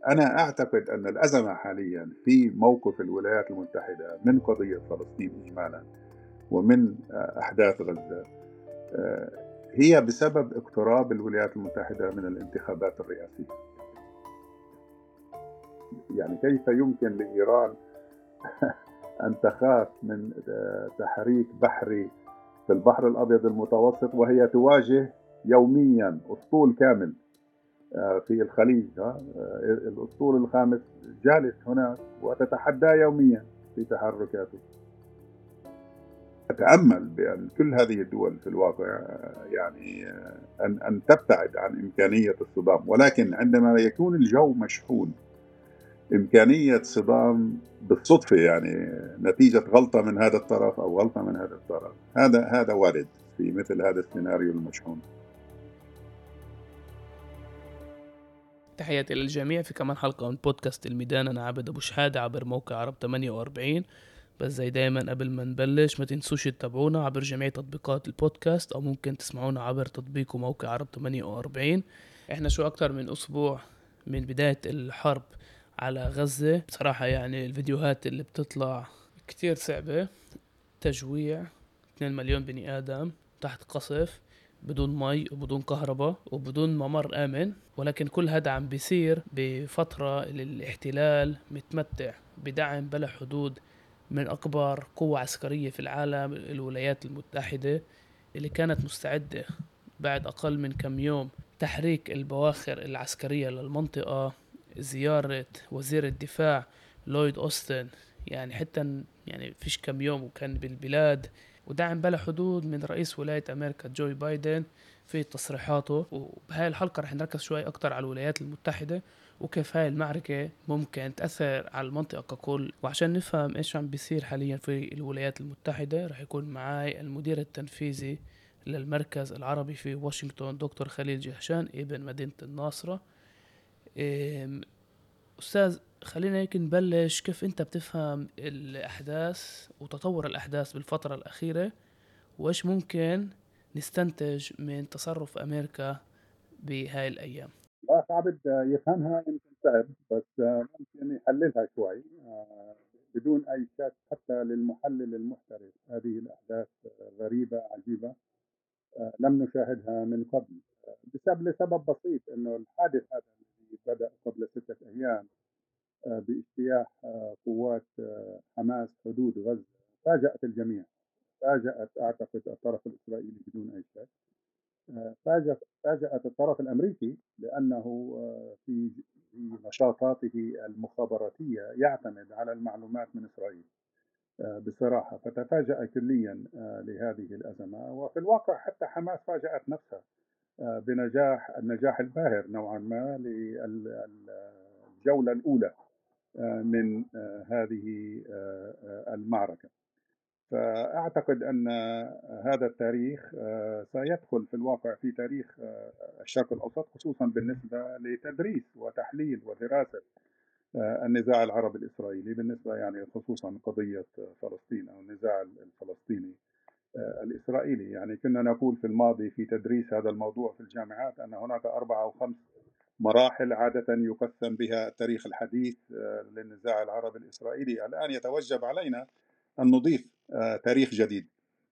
أنا أعتقد أن الأزمة حاليًا في موقف الولايات المتحدة من قضية فلسطين إجمالًا ومن أحداث غزة آآ هي بسبب اقتراب الولايات المتحدة من الانتخابات الرئاسية. يعني كيف يمكن لإيران أن تخاف من تحريك بحري في البحر الأبيض المتوسط وهي تواجه يوميًا أسطول كامل في الخليج. الأسطول الخامس جالس هناك وتتحداه يوميًا في تحركاته. أتأمل بأن كل هذه الدول في الواقع يعني أن تبتعد عن إمكانية الصدام، ولكن عندما يكون الجو مشحون إمكانية صدام بالصدفة، يعني نتيجة غلطة من هذا الطرف أو غلطة من هذا الطرف، هذا وارد في مثل هذا السيناريو المشحون. تحياتي للجميع في كمان حلقة من بودكاست الميدان. أنا عبد أبو شحادة عبر موقع عرب 48. بس زي دايما قبل ما نبلش ما تنسوش تتابعونا عبر جميع تطبيقات البودكاست، أو ممكن تسمعونا عبر تطبيق موقع عرب 48. احنا شو أكتر من أسبوع من بداية الحرب على غزة. بصراحة يعني الفيديوهات اللي بتطلع كتير صعبة. تجويع 2 مليون بني آدم تحت قصف، بدون مي وبدون كهرباء وبدون ممر آمن. ولكن كل هذا عم بيصير بفترة اللي الاحتلال متمتع بدعم بلا حدود من أكبر قوة عسكرية في العالم، الولايات المتحدة، اللي كانت مستعدة بعد أقل من كم يوم تحريك البواخر العسكرية للمنطقة، زيارة وزير الدفاع لويد أوستن، يعني حتى يعني فيش كم يوم وكان بالبلاد، ودعم بلا حدود من رئيس ولاية أمريكا جوي بايدن في تصريحاته. وبهاي الحلقة رح نركز شوي أكتر على الولايات المتحدة وكيف هاي المعركة ممكن تأثر على المنطقة ككل. وعشان نفهم إيش عم بيصير حاليا في الولايات المتحدة رح يكون معاي المدير التنفيذي للمركز العربي في واشنطن دكتور خليل جهشان ابن مدينة الناصرة. إم، أستاذ خلينا هيك نبلش، كيف أنت بتفهم الأحداث وتطور الأحداث بالفترة الأخيرة، وإيش ممكن نستنتج من تصرف أمريكا بهاي الأيام؟ لا صعب يفهمها، يمكن صعب، بس ممكن يحللها شوي بدون أي شك. حتى للمحلل المحترف هذه الأحداث غريبة عجيبة، لم نشاهدها من قبل. لسبب بسيط، أنه الحادث هذا الذي بدأ قبل 6 أيام باجتياح قوات حماس حدود غزة فاجأت الجميع. فاجأت أعتقد الطرف الإسرائيلي بدون أي شك، فاجأت الطرف الأمريكي، لأنه في نشاطاته المخابراتية يعتمد على المعلومات من إسرائيل بصراحة. فتفاجأ كليا لهذه الأزمة. وفي الواقع حتى حماس فاجأت نفسها النجاح الباهر نوعا ما للجولة الأولى من هذه المعركة. فأعتقد أن هذا التاريخ سيدخل في الواقع في تاريخ الشرق الأوسط، خصوصا بالنسبة لتدريس وتحليل ودراسة النزاع العربي الإسرائيلي، بالنسبة يعني خصوصا قضية فلسطين أو النزاع الفلسطيني الإسرائيلي. يعني كنا نقول في الماضي في تدريس هذا الموضوع في الجامعات أن هناك 4 أو 5 مراحل عادة يقسم بها التاريخ الحديث للنزاع العربي الإسرائيلي. الآن يتوجب علينا أن نضيف تاريخ جديد.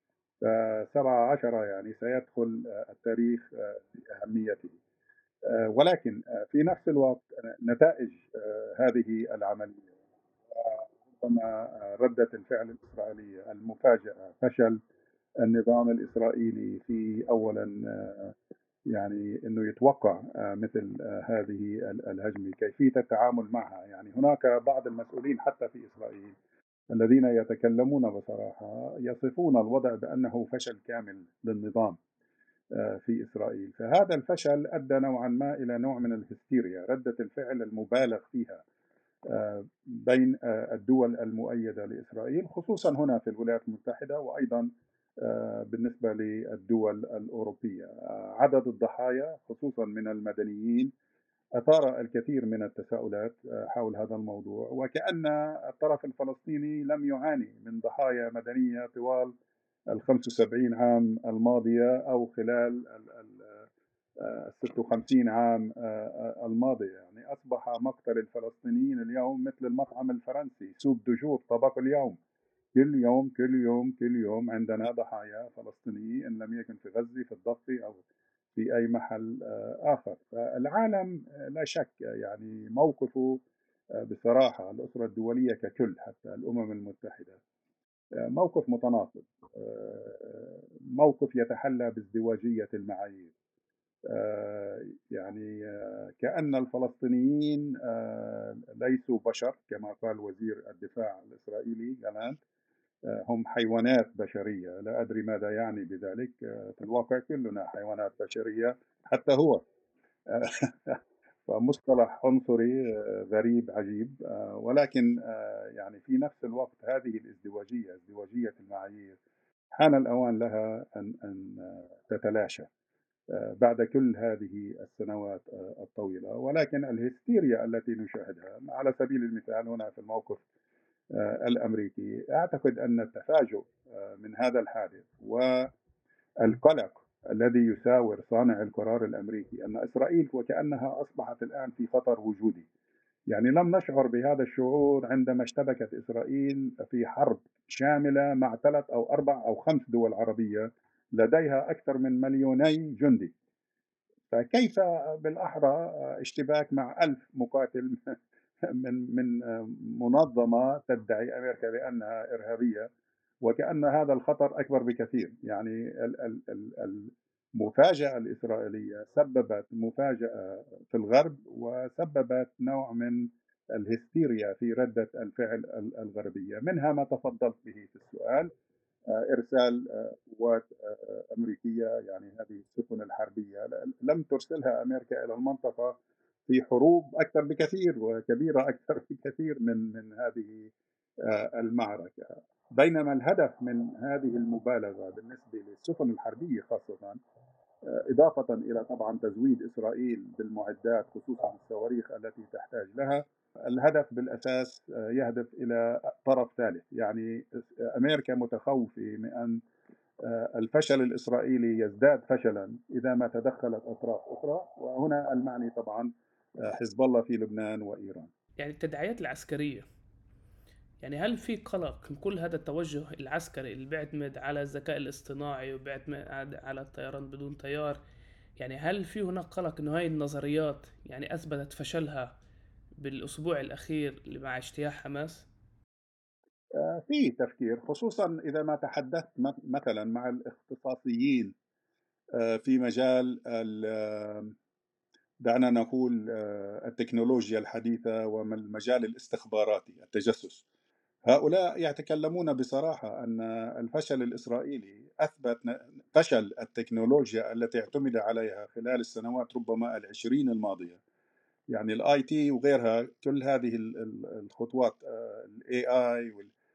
17 يعني سيدخل التاريخ بأهميته. ولكن في نفس الوقت نتائج هذه العملية، ربما ردة الفعل الإسرائيلية المفاجئة، فشل النظام الإسرائيلي في أولا يعني أنه يتوقع مثل هذه الهجمة، كيفية التعامل معها. يعني هناك بعض المسؤولين حتى في إسرائيل الذين يتكلمون بصراحة يصفون الوضع بأنه فشل كامل للنظام في إسرائيل. فهذا الفشل أدى نوعا ما إلى نوع من الهستيريا، ردة الفعل المبالغ فيها بين الدول المؤيدة لإسرائيل، خصوصا هنا في الولايات المتحدة، وأيضا بالنسبة للدول الأوروبية. عدد الضحايا خصوصا من المدنيين أثار الكثير من التساؤلات حول هذا الموضوع، وكأن الطرف الفلسطيني لم يعاني من ضحايا مدنية طوال 75 عام الماضية أو خلال 56 عام الماضية. يعني أصبح مقتل الفلسطينيين اليوم مثل المطعم الفرنسي، سوب دجور، طبق اليوم. كل يوم كل يوم كل يوم عندنا ضحايا فلسطينيين، إن لم يكن في غزة، في الضفة، أو في أي محل آخر. فالعالم لا شك يعني موقفه بصراحة، الأسرة الدولية ككل، حتى الأمم المتحدة، موقف متناقض، موقف يتحلى بازدواجية المعايير. يعني كأن الفلسطينيين ليسوا بشر، كما قال وزير الدفاع الإسرائيلي جالانت، هم حيوانات بشرية. لا أدري ماذا يعني بذلك. في الواقع كلنا حيوانات بشرية، حتى هو. فمصطلح عنصري غريب عجيب. ولكن يعني في نفس الوقت هذه الازدواجية، ازدواجية المعايير، حان الأوان لها أن تتلاشى بعد كل هذه السنوات الطويلة. ولكن الهستيريا التي نشاهدها، على سبيل المثال هنا في الموقف الأمريكي، أعتقد أن التفاجؤ من هذا الحادث والقلق الذي يساور صانع القرار الأمريكي، أن إسرائيل وكأنها أصبحت الآن في خطر وجودي. يعني لم نشعر بهذا الشعور عندما اشتبكت إسرائيل في حرب شاملة مع 3 أو 4 أو 5 دول عربية لديها أكثر من 2,000,000 جندي. فكيف بالأحرى اشتباك مع 1000 مقاتل من منظمة تدعي أمريكا بأنها إرهابية، وكأن هذا الخطر أكبر بكثير. يعني المفاجأة الإسرائيلية سببت مفاجأة في الغرب، وسببت نوع من الهستيريا في ردة الفعل الغربية، منها ما تفضلت به في السؤال، إرسال قوات أمريكية. يعني هذه السفن الحربية لم ترسلها أمريكا إلى المنطقة في حروب أكثر بكثير وكبيرة أكثر بكثير من هذه المعركة. بينما الهدف من هذه المبالغة بالنسبة للسفن الحربية خاصة، إضافة إلى طبعا تزويد إسرائيل بالمعدات، خصوصا الصواريخ التي تحتاج لها، الهدف بالأساس يهدف إلى طرف ثالث. يعني أمريكا متخوفة من أن الفشل الإسرائيلي يزداد فشلا إذا ما تدخلت أطراف أخرى، وهنا المعني طبعا حزب الله في لبنان وإيران. يعني التداعيات العسكرية، يعني هل في قلق من كل هذا التوجه العسكري اللي بيعتمد على الذكاء الاصطناعي وبيعتمد على الطيران بدون طيار؟ يعني هل في هناك قلق انه هاي النظريات يعني اثبتت فشلها بالاسبوع الاخير اللي مع اجتياح حماس؟ في تفكير، خصوصا إذا ما تحدثت مثلا مع الاختصاصيين في مجال دعنا نقول التكنولوجيا الحديثة والمجال الاستخباراتي، التجسس. هؤلاء يتكلمون بصراحة أن الفشل الإسرائيلي أثبت فشل التكنولوجيا التي اعتمد عليها خلال السنوات ربما 20 الماضية. يعني الاي تي وغيرها، كل هذه الخطوات، الاي اي،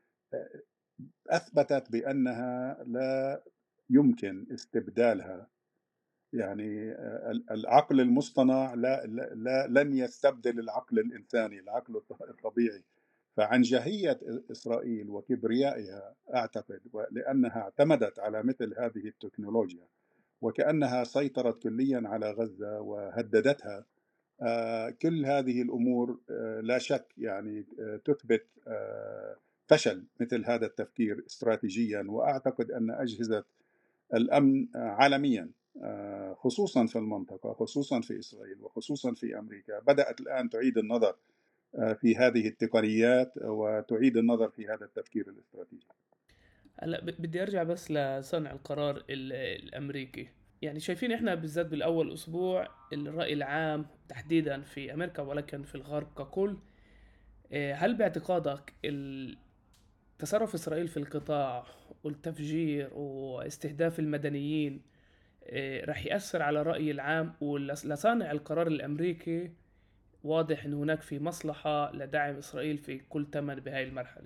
أثبتت بأنها لا يمكن استبدالها. يعني العقل المصطنع لن يستبدل العقل الإنساني، العقل الطبيعي. فعن جهية إسرائيل وكبريائها أعتقد، لأنها اعتمدت على مثل هذه التكنولوجيا وكأنها سيطرت كليا على غزة وهددتها، كل هذه الأمور لا شك يعني تثبت فشل مثل هذا التفكير استراتيجيا. وأعتقد أن أجهزة الأمن عالميا، خصوصا في المنطقة، خصوصا في إسرائيل وخصوصا في أمريكا، بدأت الآن تعيد النظر في هذه التقنيات وتعيد النظر في هذا التفكير الاستراتيجي. هلا بدي ارجع بس لصانع القرار الامريكي. يعني شايفين احنا بالذات بالاول اسبوع الراي العام تحديدا في امريكا ولكن في الغرب ككل، هل باعتقادك تصرف اسرائيل في القطاع والتفجير واستهداف المدنيين رح يأثر على الرأي العام ولصانع القرار الأمريكي؟ واضح أن هناك في مصلحة لدعم إسرائيل في كل ثمن بهاي المرحلة.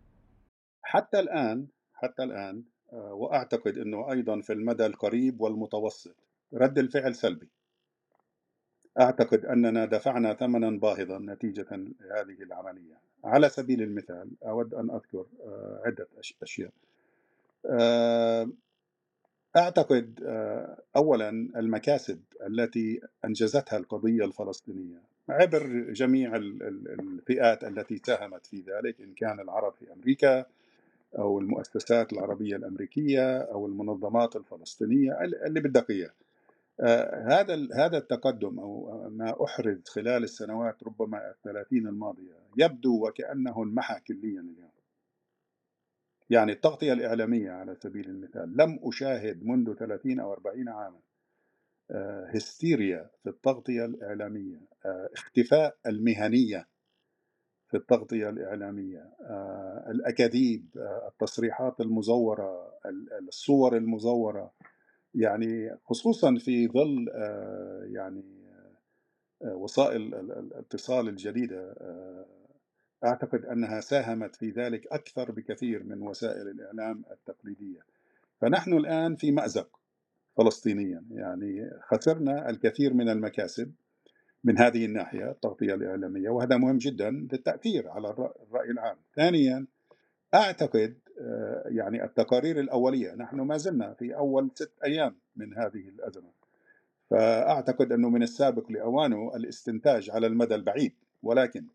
حتى الآن وأعتقد أنه أيضا في المدى القريب والمتوسط رد الفعل سلبي. أعتقد أننا دفعنا ثمنا باهظا نتيجة هذه العملية. على سبيل المثال أود أن أذكر عدة أشياء. أعتقد أولا المكاسب التي أنجزتها القضية الفلسطينية عبر جميع الفئات التي ساهمت في ذلك، إن كان العرب في أمريكا أو المؤسسات العربية الأمريكية أو المنظمات الفلسطينية اللي بدك إياه. هذا التقدم أو ما أحرز خلال السنوات ربما الثلاثين الماضية يبدو وكأنه انمحى كليا اليوم. يعني التغطية الإعلامية على سبيل المثال، لم أشاهد منذ 30 أو 40 عاما هستيريا في التغطية الإعلامية، اختفاء المهنية في التغطية الإعلامية، الأكاذيب، التصريحات المزورة، الصور المزورة، يعني خصوصا في ظل يعني وسائل الاتصال الجديدة. أعتقد أنها ساهمت في ذلك أكثر بكثير من وسائل الإعلام التقليدية. فنحن الآن في مأزق فلسطينيا، يعني خسرنا الكثير من المكاسب من هذه الناحية التغطية الإعلامية، وهذا مهم جدا للتأثير على الرأي العام. ثانيا أعتقد يعني التقارير الأولية، نحن ما زلنا في أول 6 أيام من هذه الأزمة، فأعتقد أنه من السابق لأوانه الاستنتاج على المدى البعيد، ولكن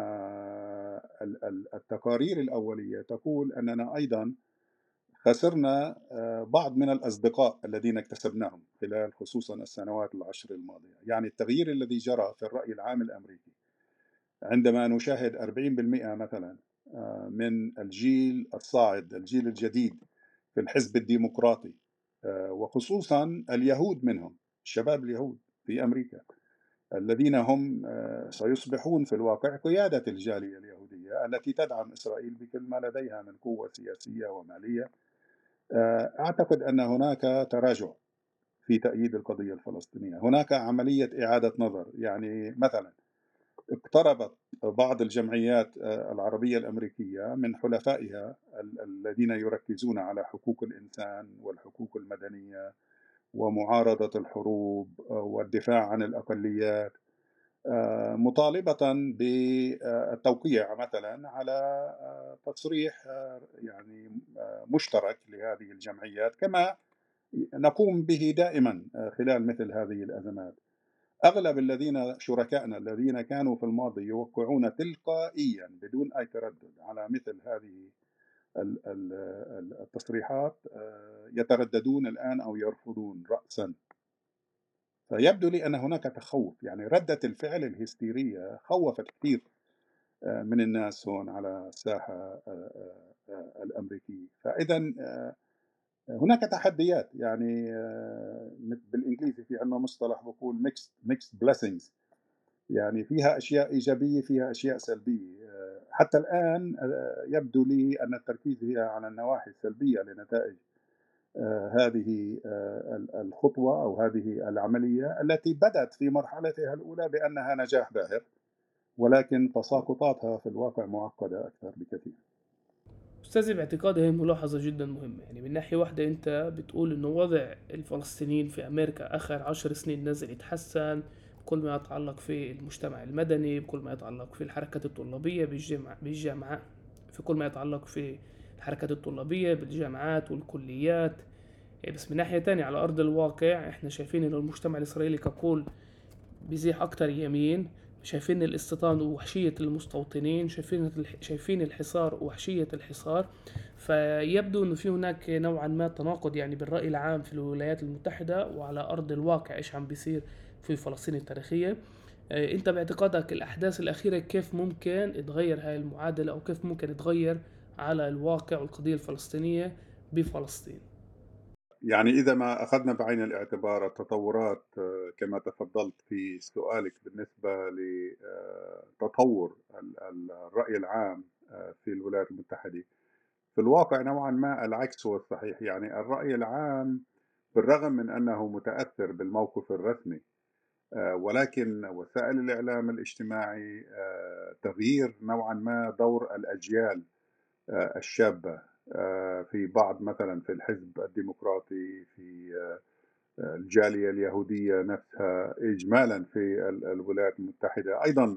التقارير الأولية تقول أننا أيضا خسرنا بعض من الأصدقاء الذين اكتسبناهم خلال خصوصا السنوات العشر الماضية. يعني التغيير الذي جرى في الرأي العام الأمريكي عندما نشاهد 40% مثلا من الجيل الصاعد، الجيل الجديد في الحزب الديمقراطي، وخصوصا اليهود منهم، الشباب اليهود في أمريكا الذين هم سيصبحون في الواقع قيادة الجالية اليهودية التي تدعم إسرائيل بكل ما لديها من قوة سياسية ومالية. أعتقد أن هناك تراجع في تأييد القضية الفلسطينية، هناك عملية إعادة نظر. يعني مثلا اقتربت بعض الجمعيات العربية الأمريكية من حلفائها الذين يركزون على حقوق الإنسان والحقوق المدنية ومعارضة الحروب والدفاع عن الأقليات، مطالبة بالتوقيع مثلا على تصريح يعني مشترك لهذه الجمعيات، كما نقوم به دائما خلال مثل هذه الأزمات. أغلب الذين شركائنا الذين كانوا في الماضي يوقعون تلقائيا بدون أي تردد على مثل هذه التصريحات يترددون الآن أو يرفضون رأسا. فيبدو لي أن هناك تخوف، يعني ردة الفعل الهستيرية خوفت كثير من الناس هون على الساحة الأمريكية. فإذا هناك تحديات، يعني بالإنجليزي في عندنا مصطلح بقول mixed blessings، يعني فيها أشياء إيجابية فيها أشياء سلبية. حتى الآن يبدو لي أن التركيز هي على النواحي السلبية لنتائج هذه الخطوة أو هذه العملية التي بدأت في مرحلتها الأولى بأنها نجاح باهر، ولكن تساقطاتها في الواقع معقدة أكثر بكثير. أستاذي باعتقادي هي ملاحظة جدا مهمة. يعني من ناحية واحدة أنت بتقول إنه وضع الفلسطينيين في أمريكا آخر 10 سنين نزل يتحسن، بكل ما يتعلق في المجتمع المدني، بكل ما يتعلق في الحركات الطلابية بالجامعة، في كل ما يتعلق في الحركات الطلابية بالجامعات والكليات. بس من ناحية تانية على أرض الواقع إحنا شايفين إنه المجتمع الإسرائيلي ككل بيزيح أكتر يمين، شايفين الاستيطان ووحشية المستوطنين، شايفين الحصار ووحشية الحصار. فيبدو انه في هناك نوعا ما تناقض يعني بالرأي العام في الولايات المتحدة وعلى أرض الواقع إيش عم بيصير في فلسطين التاريخية. انت باعتقادك الأحداث الأخيرة كيف ممكن تغير هاي المعادلة أو كيف ممكن تغير على الواقع والقضية الفلسطينية بفلسطين؟ يعني إذا ما أخذنا بعين الاعتبار التطورات كما تفضلت في سؤالك بالنسبة لتطور الرأي العام في الولايات المتحدة، في الواقع نوعا ما العكس هو الصحيح. يعني الرأي العام بالرغم من أنه متأثر بالموقف الرسمي، ولكن وسائل الإعلام الاجتماعي تغيير نوعا ما دور الأجيال الشابة في بعض مثلا في الحزب الديمقراطي، في الجالية اليهودية نفسها إجمالا في الولايات المتحدة أيضا.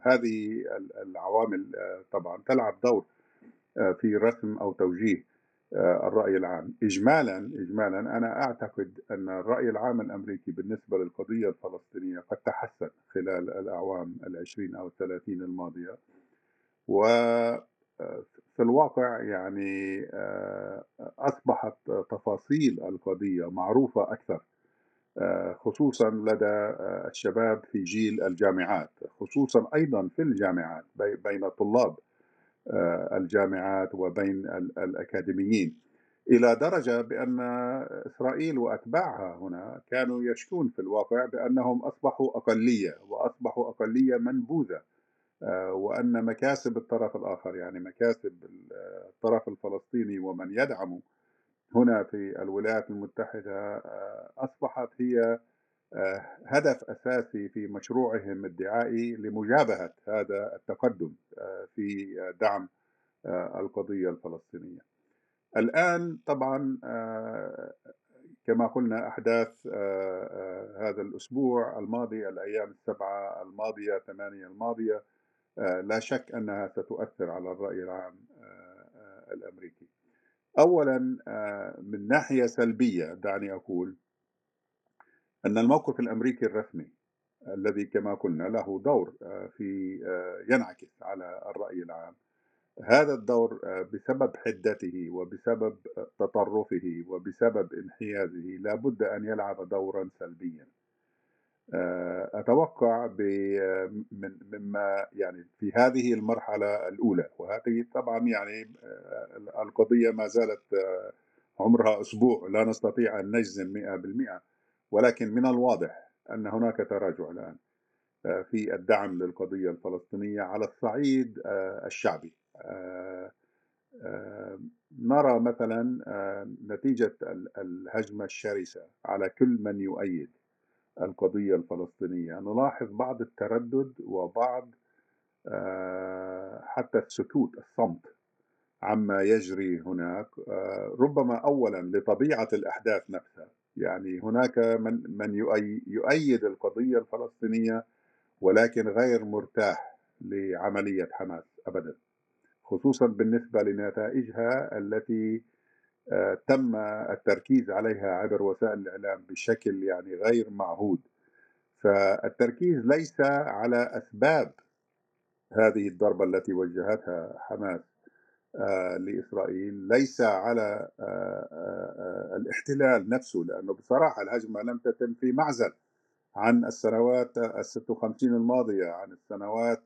هذه العوامل طبعا تلعب دور في رسم أو توجيه الرأي العام. إجمالا أنا أعتقد أن الرأي العام الأمريكي بالنسبة للقضية الفلسطينية قد تحسن خلال الأعوام 20 أو 30 الماضية، وفي الواقع يعني أصبحت تفاصيل القضية معروفة أكثر، خصوصا لدى الشباب في جيل الجامعات، خصوصا أيضا في الجامعات بين طلاب الجامعات وبين الأكاديميين، إلى درجة بأن إسرائيل وأتباعها هنا كانوا يشكون في الواقع بأنهم أصبحوا أقلية، وأصبحوا أقلية منبوذة، وأن مكاسب الطرف الآخر، يعني مكاسب الطرف الفلسطيني ومن يدعمه هنا في الولايات المتحدة، أصبحت هي هدف أساسي في مشروعهم الدعائي لمجابهة هذا التقدم في دعم القضية الفلسطينية. الآن طبعا كما قلنا أحداث هذا الأسبوع الماضي، الأيام السبعة الماضية 8 الماضية، لا شك أنها ستؤثر على الرأي العام الأمريكي. أولا من ناحية سلبية دعني أقول أن الموقف الأمريكي الرسمي الذي كما قلنا له دور في ينعكس على الرأي العام، هذا الدور بسبب حدته وبسبب تطرفه وبسبب انحيازه لابد أن يلعب دورا سلبيا. أتوقع مما يعني في هذه المرحلة الأولى، وهذه طبعا يعني القضية ما زالت عمرها أسبوع، لا نستطيع أن نجزم 100%، ولكن من الواضح أن هناك تراجع الآن في الدعم للقضية الفلسطينية على الصعيد الشعبي. نرى مثلا نتيجة الهجمة الشرسة على كل من يؤيد القضية الفلسطينية، نلاحظ بعض التردد وبعض حتى السكوت، الصمت عما يجري هناك، ربما أولا لطبيعة الأحداث نفسها، يعني هناك من يؤيد القضية الفلسطينية ولكن غير مرتاح لعملية حماس أبدا، خصوصا بالنسبة لنتائجها التي تم التركيز عليها عبر وسائل الإعلام بشكل يعني غير معهود. فالتركيز ليس على أسباب هذه الضربة التي وجهتها حماس لإسرائيل، ليس على الاحتلال نفسه، لأنه بصراحة الهجمة لم تتم في معزل عن السنوات 56 الماضية، عن السنوات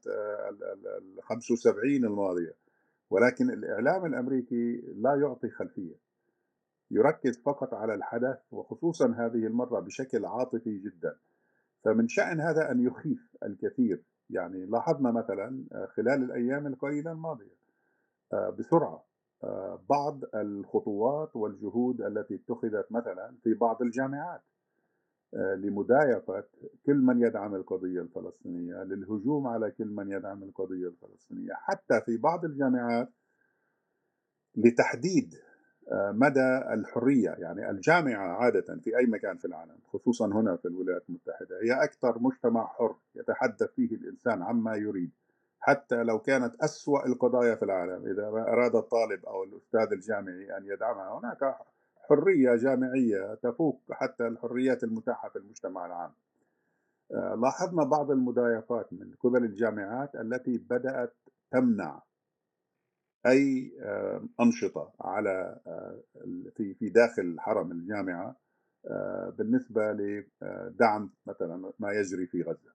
75 الماضية، ولكن الإعلام الأمريكي لا يعطي خلفية، يركز فقط على الحدث، وخصوصا هذه المرة بشكل عاطفي جدا. فمن شأن هذا أن يخيف الكثير. يعني لاحظنا مثلا خلال الأيام القليلة الماضية بسرعة بعض الخطوات والجهود التي اتخذت مثلا في بعض الجامعات لمضايقة كل من يدعم القضية الفلسطينية، للهجوم على كل من يدعم القضية الفلسطينية، حتى في بعض الجامعات لتحديد مدى الحرية. يعني الجامعة عادة في أي مكان في العالم، خصوصا هنا في الولايات المتحدة، هي أكثر مجتمع حر يتحدث فيه الإنسان عما يريد، حتى لو كانت أسوأ القضايا في العالم، إذا أراد الطالب أو الأستاذ الجامعي أن يدعمها، هناك حرية جامعية تفوق حتى الحريات المتاحة في المجتمع العام. لاحظنا بعض المضايقات من قبل الجامعات التي بدأت تمنع أي أنشطة على في داخل حرم الجامعة بالنسبة لدعم مثلا ما يجري في غزة،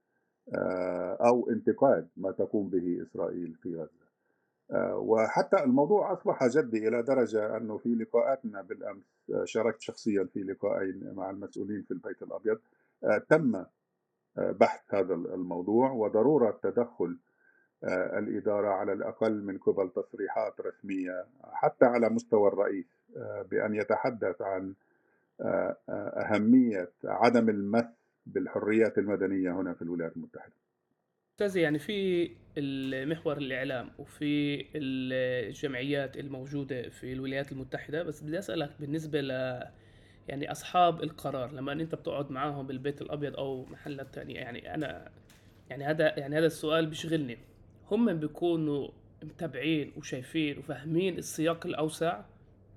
أو انتقاد ما تقوم به إسرائيل في غزة. وحتى الموضوع أصبح جدي إلى درجة أنه في لقاءاتنا بالأمس شاركت شخصيا في لقاءين مع المسؤولين في البيت الأبيض، تم بحث هذا الموضوع وضرورة تدخل الإدارة على الأقل من قبل تصريحات رسمية حتى على مستوى الرئيس بأن يتحدث عن أهمية عدم المس بالحريات المدنية هنا في الولايات المتحدة. أستاذ، يعني في المحور الإعلام وفي الجمعيات الموجودة في الولايات المتحدة، بس بدي أسألك بالنسبة يعني أصحاب القرار، لما أنت بتقعد معاهم بالبيت الأبيض أو محلات تانية، يعني أنا يعني هذا السؤال بيشغلني. هم بيكونوا متابعين وشايفين وفاهمين السياق الأوسع،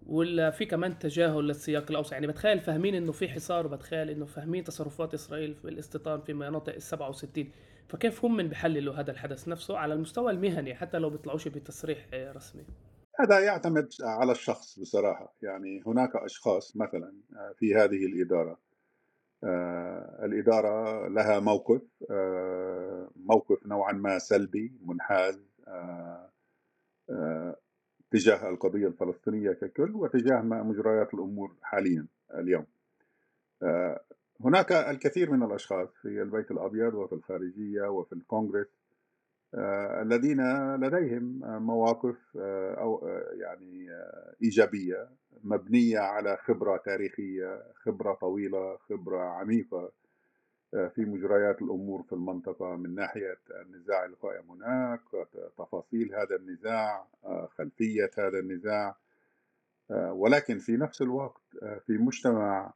ولا في كمان تجاهل للسياق الأوسع؟ يعني بتخيل فاهمين إنه في حصار، وبتخيل إنه فاهمين تصرفات إسرائيل في الاستيطان في مناطق ال67، فكيف هم بيحللوا هذا الحدث نفسه على المستوى المهني حتى لو بيطلعوش بتصريح رسمي؟ هذا يعتمد على الشخص بصراحة. يعني هناك أشخاص مثلا في هذه الإدارة، الإدارة لها موقف، موقف نوعا ما سلبي منحاز آه، تجاه القضية الفلسطينية ككل، وتجاه ما مجريات الأمور حاليا اليوم. آه، هناك الكثير من الأشخاص في البيت الأبيض وفي الخارجية وفي الكونغرس الذين لديهم مواقف أو يعني إيجابية، مبنية على خبرة تاريخية، خبرة طويلة، خبرة عميقة في مجريات الأمور في المنطقة، من ناحية النزاع القائم هناك، تفاصيل هذا النزاع، خلفية هذا النزاع. ولكن في نفس الوقت في مجتمع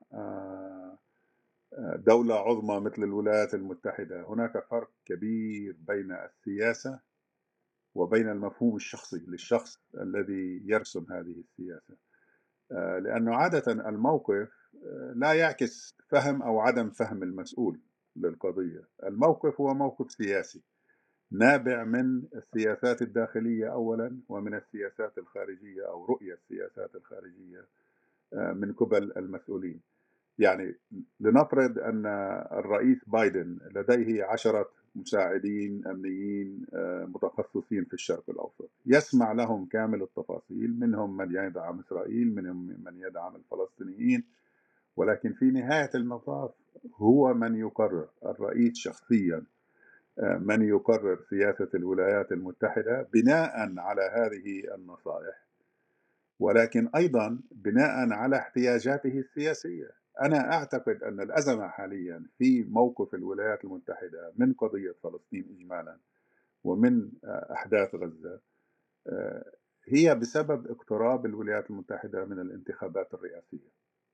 دولة عظمى مثل الولايات المتحدة، هناك فرق كبير بين السياسة وبين المفهوم الشخصي للشخص الذي يرسم هذه السياسة. لأنه عادة الموقف لا يعكس فهم أو عدم فهم المسؤول للقضية. الموقف هو موقف سياسي نابع من السياسات الداخلية أولا، ومن السياسات الخارجية أو رؤية السياسات الخارجية من قبل المسؤولين. يعني لنفرض أن الرئيس بايدن لديه 10 مساعدين أمنيين متخصصين في الشرق الأوسط، يسمع لهم كامل التفاصيل، منهم من يدعم إسرائيل، منهم من يدعم الفلسطينيين، ولكن في نهاية المطاف هو من يقرر، الرئيس شخصيا من يقرر سياسة الولايات المتحدة بناء على هذه النصائح، ولكن أيضا بناء على احتياجاته السياسية. أنا أعتقد أن الأزمة حاليا في موقف الولايات المتحدة من قضية فلسطين إجمالا ومن أحداث غزة هي بسبب اقتراب الولايات المتحدة من الانتخابات الرئاسية.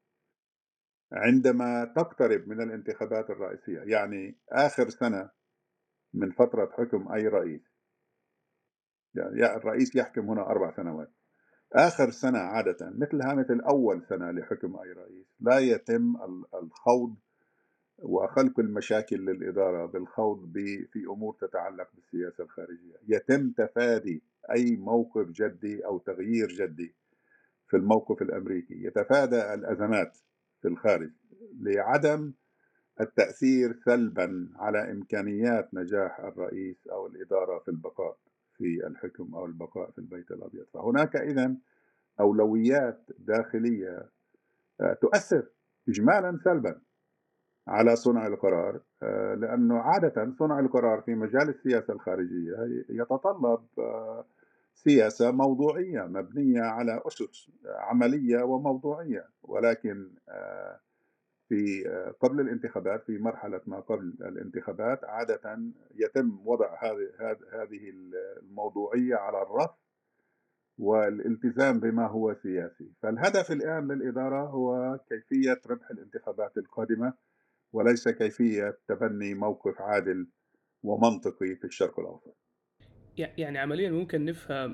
عندما تقترب من الانتخابات الرئاسية، يعني آخر سنة من فترة حكم أي رئيس، يعني الرئيس يحكم هنا 4 سنوات، آخر سنة عادة مثلها مثل أول سنة لحكم أي رئيس لا يتم الخوض وخلق المشاكل للإدارة بالخوض في أمور تتعلق بالسياسة الخارجية. يتم تفادي أي موقف جدي أو تغيير جدي في الموقف الأمريكي، يتفادى الأزمات في الخارج لعدم التأثير سلبا على إمكانيات نجاح الرئيس أو الإدارة في البقاء في الحكم أو البقاء في البيت الأبيض. فهناك إذن أولويات داخلية تؤثر إجمالا سلبا على صنع القرار، لأنه عادة صنع القرار في مجال السياسة الخارجية يتطلب سياسة موضوعية مبنية على أسس عملية وموضوعية. ولكن في قبل الانتخابات، في مرحلة ما قبل الانتخابات، عادة يتم وضع هذه الموضوعية على الرف والالتزام بما هو سياسي. فالهدف الآن للإدارة هو كيفية ربح الانتخابات القادمة، وليس كيفية تبني موقف عادل ومنطقي في الشرق الأوسط. يعني عمليا ممكن نفهم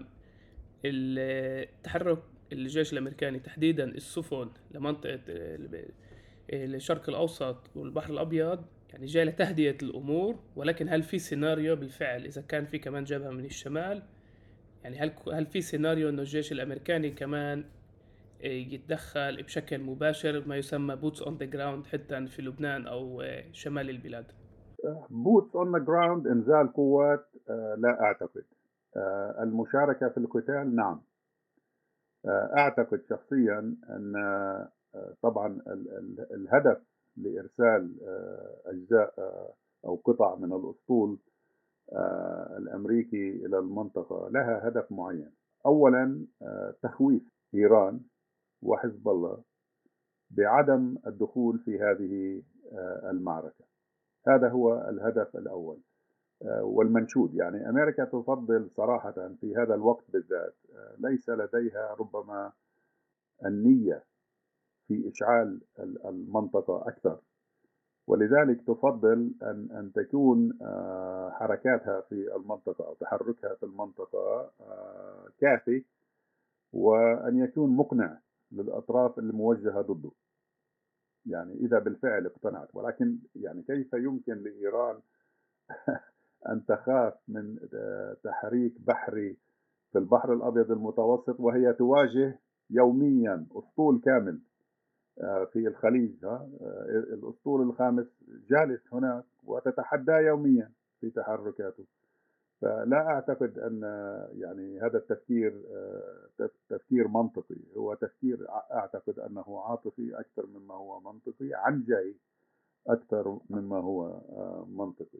تحرك الجيش الأمريكاني تحديدا السفن لمنطقة الشرق الأوسط والبحر الأبيض، يعني جاي لتهدئة الأمور، ولكن هل في سيناريو بالفعل إذا كان في كمان جبهة من الشمال؟ يعني هل في سيناريو إنه الجيش الأمريكاني كمان يتدخل بشكل مباشر، ما يسمى boots on the ground حتى في لبنان أو شمال البلاد؟ boots on the ground، إنزال قوات، لا أعتقد. المشاركة في القتال نعم. أعتقد شخصيا أن طبعا الهدف لإرسال أجزاء أو قطع من الأسطول الأمريكي إلى المنطقة لها هدف معين. أولا تخويف إيران وحزب الله بعدم الدخول في هذه المعركة. هذا هو الهدف الأول والمنشود. يعني أمريكا تفضل صراحة في هذا الوقت بالذات، ليس لديها ربما النية في إشعال المنطقة أكثر، ولذلك تفضل أن تكون حركاتها في المنطقة أو تحركها في المنطقة كافي، وأن يكون مقنع للأطراف الموجهة ضده، يعني إذا بالفعل اقتنعت. ولكن يعني كيف يمكن لإيران أن تخاف من تحريك بحري في البحر الأبيض المتوسط وهي تواجه يوميا أسطول كامل في الخليج؟ الأسطول الخامس جالس هناك وتتحدى يوميا في تحركاته. فلا أعتقد أن يعني هذا التفكير تفكير منطقي، هو تفكير أعتقد أنه عاطفي أكثر مما هو منطقي، عنجهي أكثر مما هو منطقي.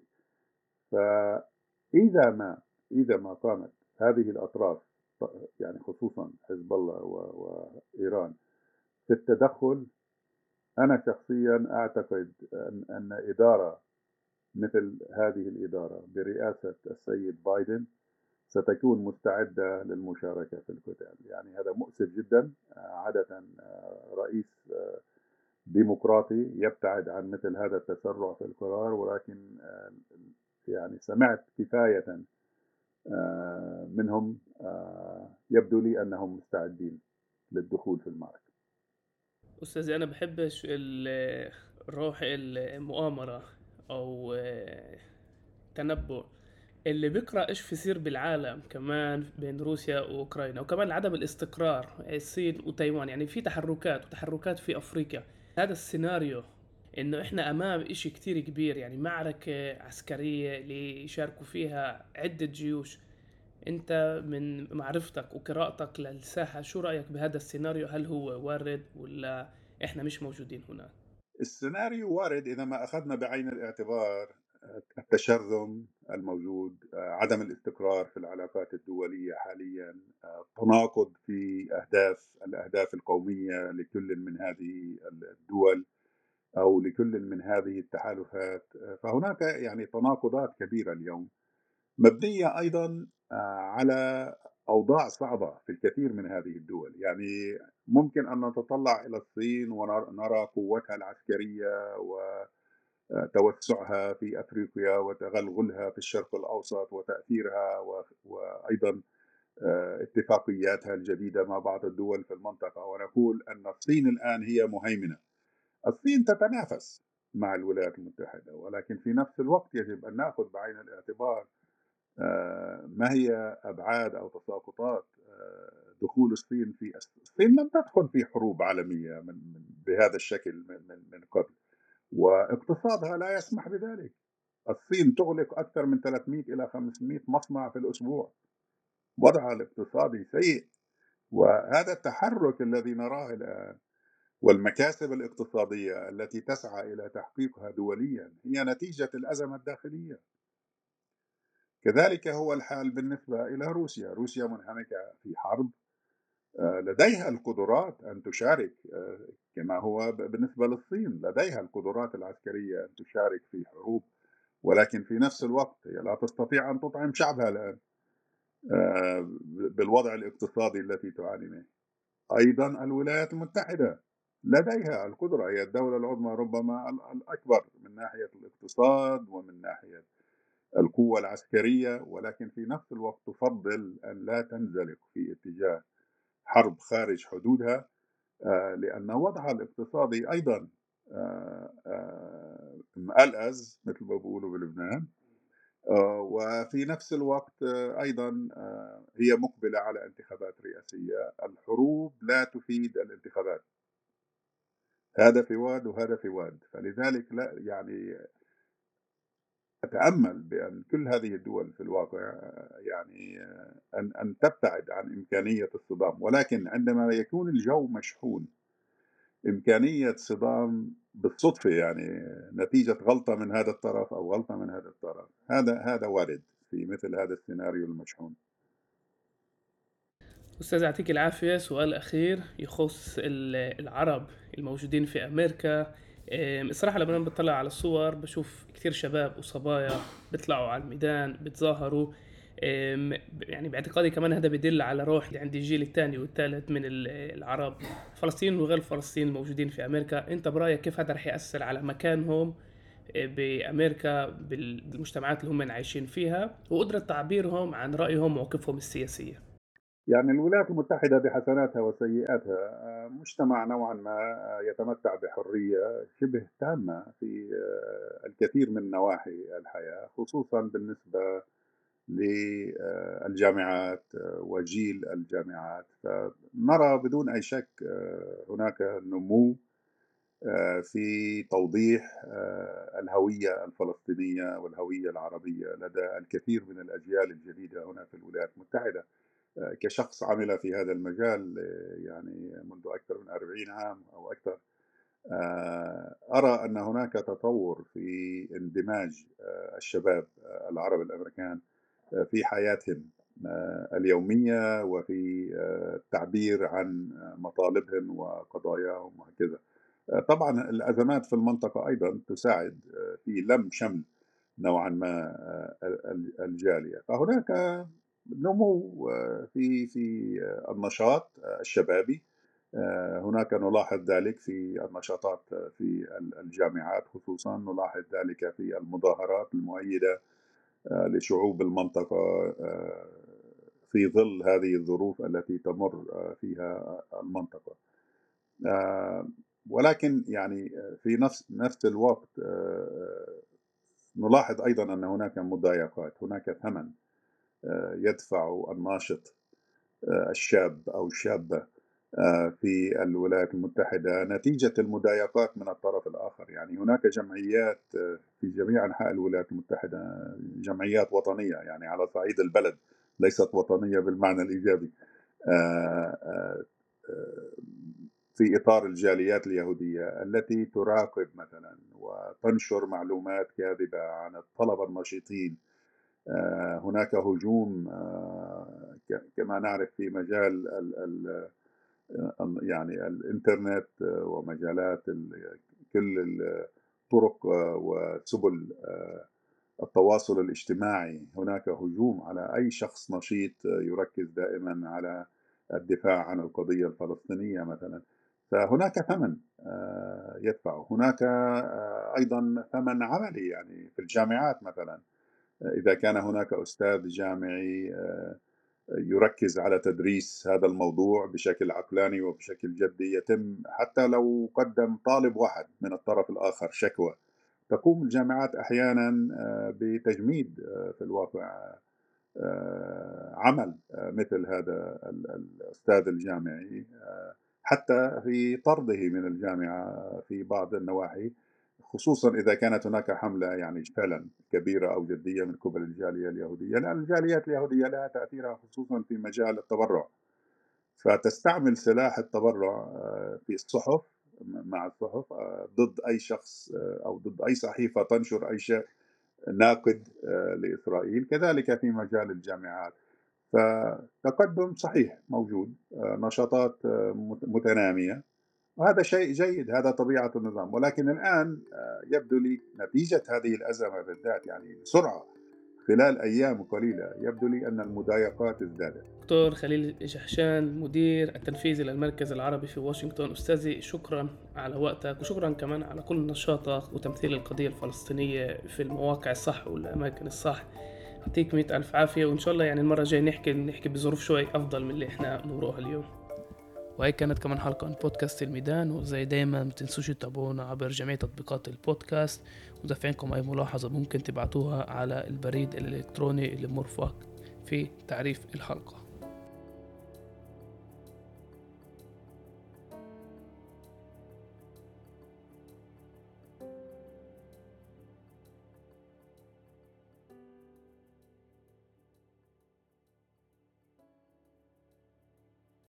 فإذا ما قامت هذه الأطراف، يعني خصوصا حزب الله وإيران، في التدخل، أنا شخصيا أعتقد أن إدارة مثل هذه الإدارة برئاسة السيد بايدن ستكون مستعدة للمشاركة في القتال. يعني هذا مؤسف جدا. عادة رئيس ديمقراطي يبتعد عن مثل هذا التسرع في القرار، ولكن يعني سمعت كفاية منهم. يبدو لي أنهم مستعدين للدخول في المعركة. أستاذي، أنا بحبش روح المؤامرة أو تنبؤ اللي بيقرأ إيش بيصير بالعالم كمان بين روسيا وأوكرانيا، وكمان عدم الاستقرار الصين وتايوان. يعني في تحركات في أفريقيا. هذا السيناريو إنه إحنا أمام إشي كتير كبير، يعني معركة عسكرية اللي يشاركوا فيها عدة جيوش. أنت من معرفتك وقراءتك للساحة، شو رأيك بهذا السيناريو؟ هل هو وارد ولا إحنا مش موجودين هناك؟ السيناريو وارد إذا ما أخذنا بعين الاعتبار التشرذم الموجود، عدم الاستقرار في العلاقات الدولية حاليا، تناقض في الأهداف القومية لكل من هذه الدول أو لكل من هذه التحالفات. فهناك يعني تناقضات كبيرة اليوم، مبنية أيضا على أوضاع صعبة في الكثير من هذه الدول. يعني ممكن أن نتطلع إلى الصين ونرى قوتها العسكرية وتوسعها في أفريقيا وتغلغلها في الشرق الأوسط وتأثيرها، وأيضا اتفاقياتها الجديدة مع بعض الدول في المنطقة، ونقول أن الصين الآن هي مهيمنة. الصين تتنافس مع الولايات المتحدة، ولكن في نفس الوقت يجب أن نأخذ بعين الاعتبار ما هي أبعاد أو تساقطات دخول الصين الصين لم تدخل في حروب عالمية بهذا الشكل من قبل، واقتصادها لا يسمح بذلك. الصين تغلق أكثر من 300 إلى 500 مصنع في الأسبوع، وضعها الاقتصادي سيء. وهذا التحرك الذي نراه الآن والمكاسب الاقتصادية التي تسعى إلى تحقيقها دوليا هي نتيجة الأزمة الداخلية. كذلك هو الحال بالنسبة إلى روسيا منهمكة في حرب، لديها القدرات أن تشارك، كما هو بالنسبة للصين لديها القدرات العسكرية أن تشارك في حروب، ولكن في نفس الوقت هي لا تستطيع أن تطعم شعبها الآن بالوضع الاقتصادي التي تعاني منه. أيضا الولايات المتحدة لديها القدرة، هي الدولة العظمى ربما الأكبر من ناحية الاقتصاد ومن ناحية القوة العسكرية، ولكن في نفس الوقت تفضل أن لا تنزلق في اتجاه حرب خارج حدودها، لأن وضعها الاقتصادي أيضا مقلقز مثل ما بيقولوا بلبنان. وفي نفس الوقت أيضا هي مقبلة على انتخابات رئاسية. الحروب لا تفيد الانتخابات، هذا في واد وهذا في واد. فلذلك لا يعني أتأمل بأن كل هذه الدول في الواقع يعني أن تبتعد عن إمكانية الصدام، ولكن عندما يكون الجو مشحون، إمكانية صدام بالصدفة يعني نتيجة غلطة من هذا الطرف أو غلطة من هذا الطرف، هذا وارد في مثل هذا السيناريو المشحون. أستاذ يعطيك العافية، سؤال أخير يخص العرب الموجودين في أمريكا. الصراحة لما أنا بطلع على الصور بشوف كتير شباب وصبايا بيطلعوا على الميدان بيتظاهروا. يعني باعتقادي كمان هذا بيدل على روح اللي عند الجيل الثاني والثالث من العرب، فلسطين وغير فلسطين الموجودين في أمريكا. أنت برأيك كيف هذا رح يأثر على مكانهم بأمريكا بالمجتمعات اللي هم عايشين فيها، وقدرة تعبيرهم عن رأيهم وموقفهم السياسية؟ يعني الولايات المتحدة بحسناتها وسيئاتها مجتمع نوعا ما يتمتع بحرية شبه تامة في الكثير من نواحي الحياة، خصوصا بالنسبة للجامعات وجيل الجامعات. فنرى بدون أي شك هناك نمو في توضيح الهوية الفلسطينية والهوية العربية لدى الكثير من الأجيال الجديدة هنا في الولايات المتحدة. كشخص عمل في هذا المجال يعني منذ أكثر من 40 عام أو أكثر، أرى أن هناك تطور في اندماج الشباب العرب الأمريكان في حياتهم اليومية وفي التعبير عن مطالبهم وقضاياهم وهكذا. طبعا الأزمات في المنطقة أيضا تساعد في لم شمل نوعا ما الجالية. فهناك نمو في النشاط الشبابي. هناك نلاحظ ذلك في النشاطات في الجامعات، خصوصا نلاحظ ذلك في المظاهرات المؤيدة لشعوب المنطقة في ظل هذه الظروف التي تمر فيها المنطقة. ولكن يعني في نفس الوقت نلاحظ أيضا أن هناك مضايقات، هناك ثمن يدفع الناشط الشاب أو الشابة في الولايات المتحدة نتيجة المضايقات من الطرف الآخر. يعني هناك جمعيات في جميع أنحاء الولايات المتحدة، جمعيات وطنية يعني على صعيد البلد، ليست وطنية بالمعنى الإيجابي، في إطار الجاليات اليهودية التي تراقب مثلا وتنشر معلومات كاذبة عن الطلبة النشيطين. هناك هجوم كما نعرف في مجال يعني الإنترنت ومجالات كل الطرق وسبل التواصل الاجتماعي. هناك هجوم على أي شخص نشيط يركز دائما على الدفاع عن القضية الفلسطينية مثلا. فهناك ثمن يدفعه. هناك أيضا ثمن عملي، يعني في الجامعات مثلا إذا كان هناك أستاذ جامعي يركز على تدريس هذا الموضوع بشكل عقلاني وبشكل جدي، يتم حتى لو قدم طالب واحد من الطرف الآخر شكوى، تقوم الجامعات أحيانا بتجميد في الواقع عمل مثل هذا الأستاذ الجامعي، حتى في طرده من الجامعة في بعض النواحي، خصوصا إذا كانت هناك حملة يعني فعلا كبيرة أو جدية من قبل الجالية اليهودية، لأن الجاليات اليهودية لها تأثيرها خصوصا في مجال التبرع، فتستعمل سلاح التبرع في الصحف مع الصحف ضد أي شخص أو ضد أي صحيفة تنشر أي شيء ناقد لإسرائيل. كذلك في مجال الجامعات، فتقدم صحيح موجود، نشاطات متنامية، وهذا شيء جيد، هذا طبيعة النظام. ولكن الآن يبدو لي نتيجة هذه الأزمة بالذات يعني بسرعة خلال أيام قليلة يبدو لي أن المضايقات ازدادت. دكتور خليل جحشان، مدير التنفيذي للمركز العربي في واشنطن، أستاذي شكرا على وقتك، وشكرا كمان على كل نشاطك وتمثيل القضية الفلسطينية في المواقع الصح والأماكن الصح. يعطيك 100,000 عافية، وإن شاء الله يعني المرة الجاية نحكي بظروف شوي أفضل من اللي إحنا نروها اليوم. وهي كانت كمان حلقة من بودكاست الميدان، وزي دايما ما تنسوش تتابعونا عبر جميع تطبيقات البودكاست، ودافعينكم أي ملاحظة ممكن تبعتوها على البريد الإلكتروني اللي مرفق في تعريف الحلقة.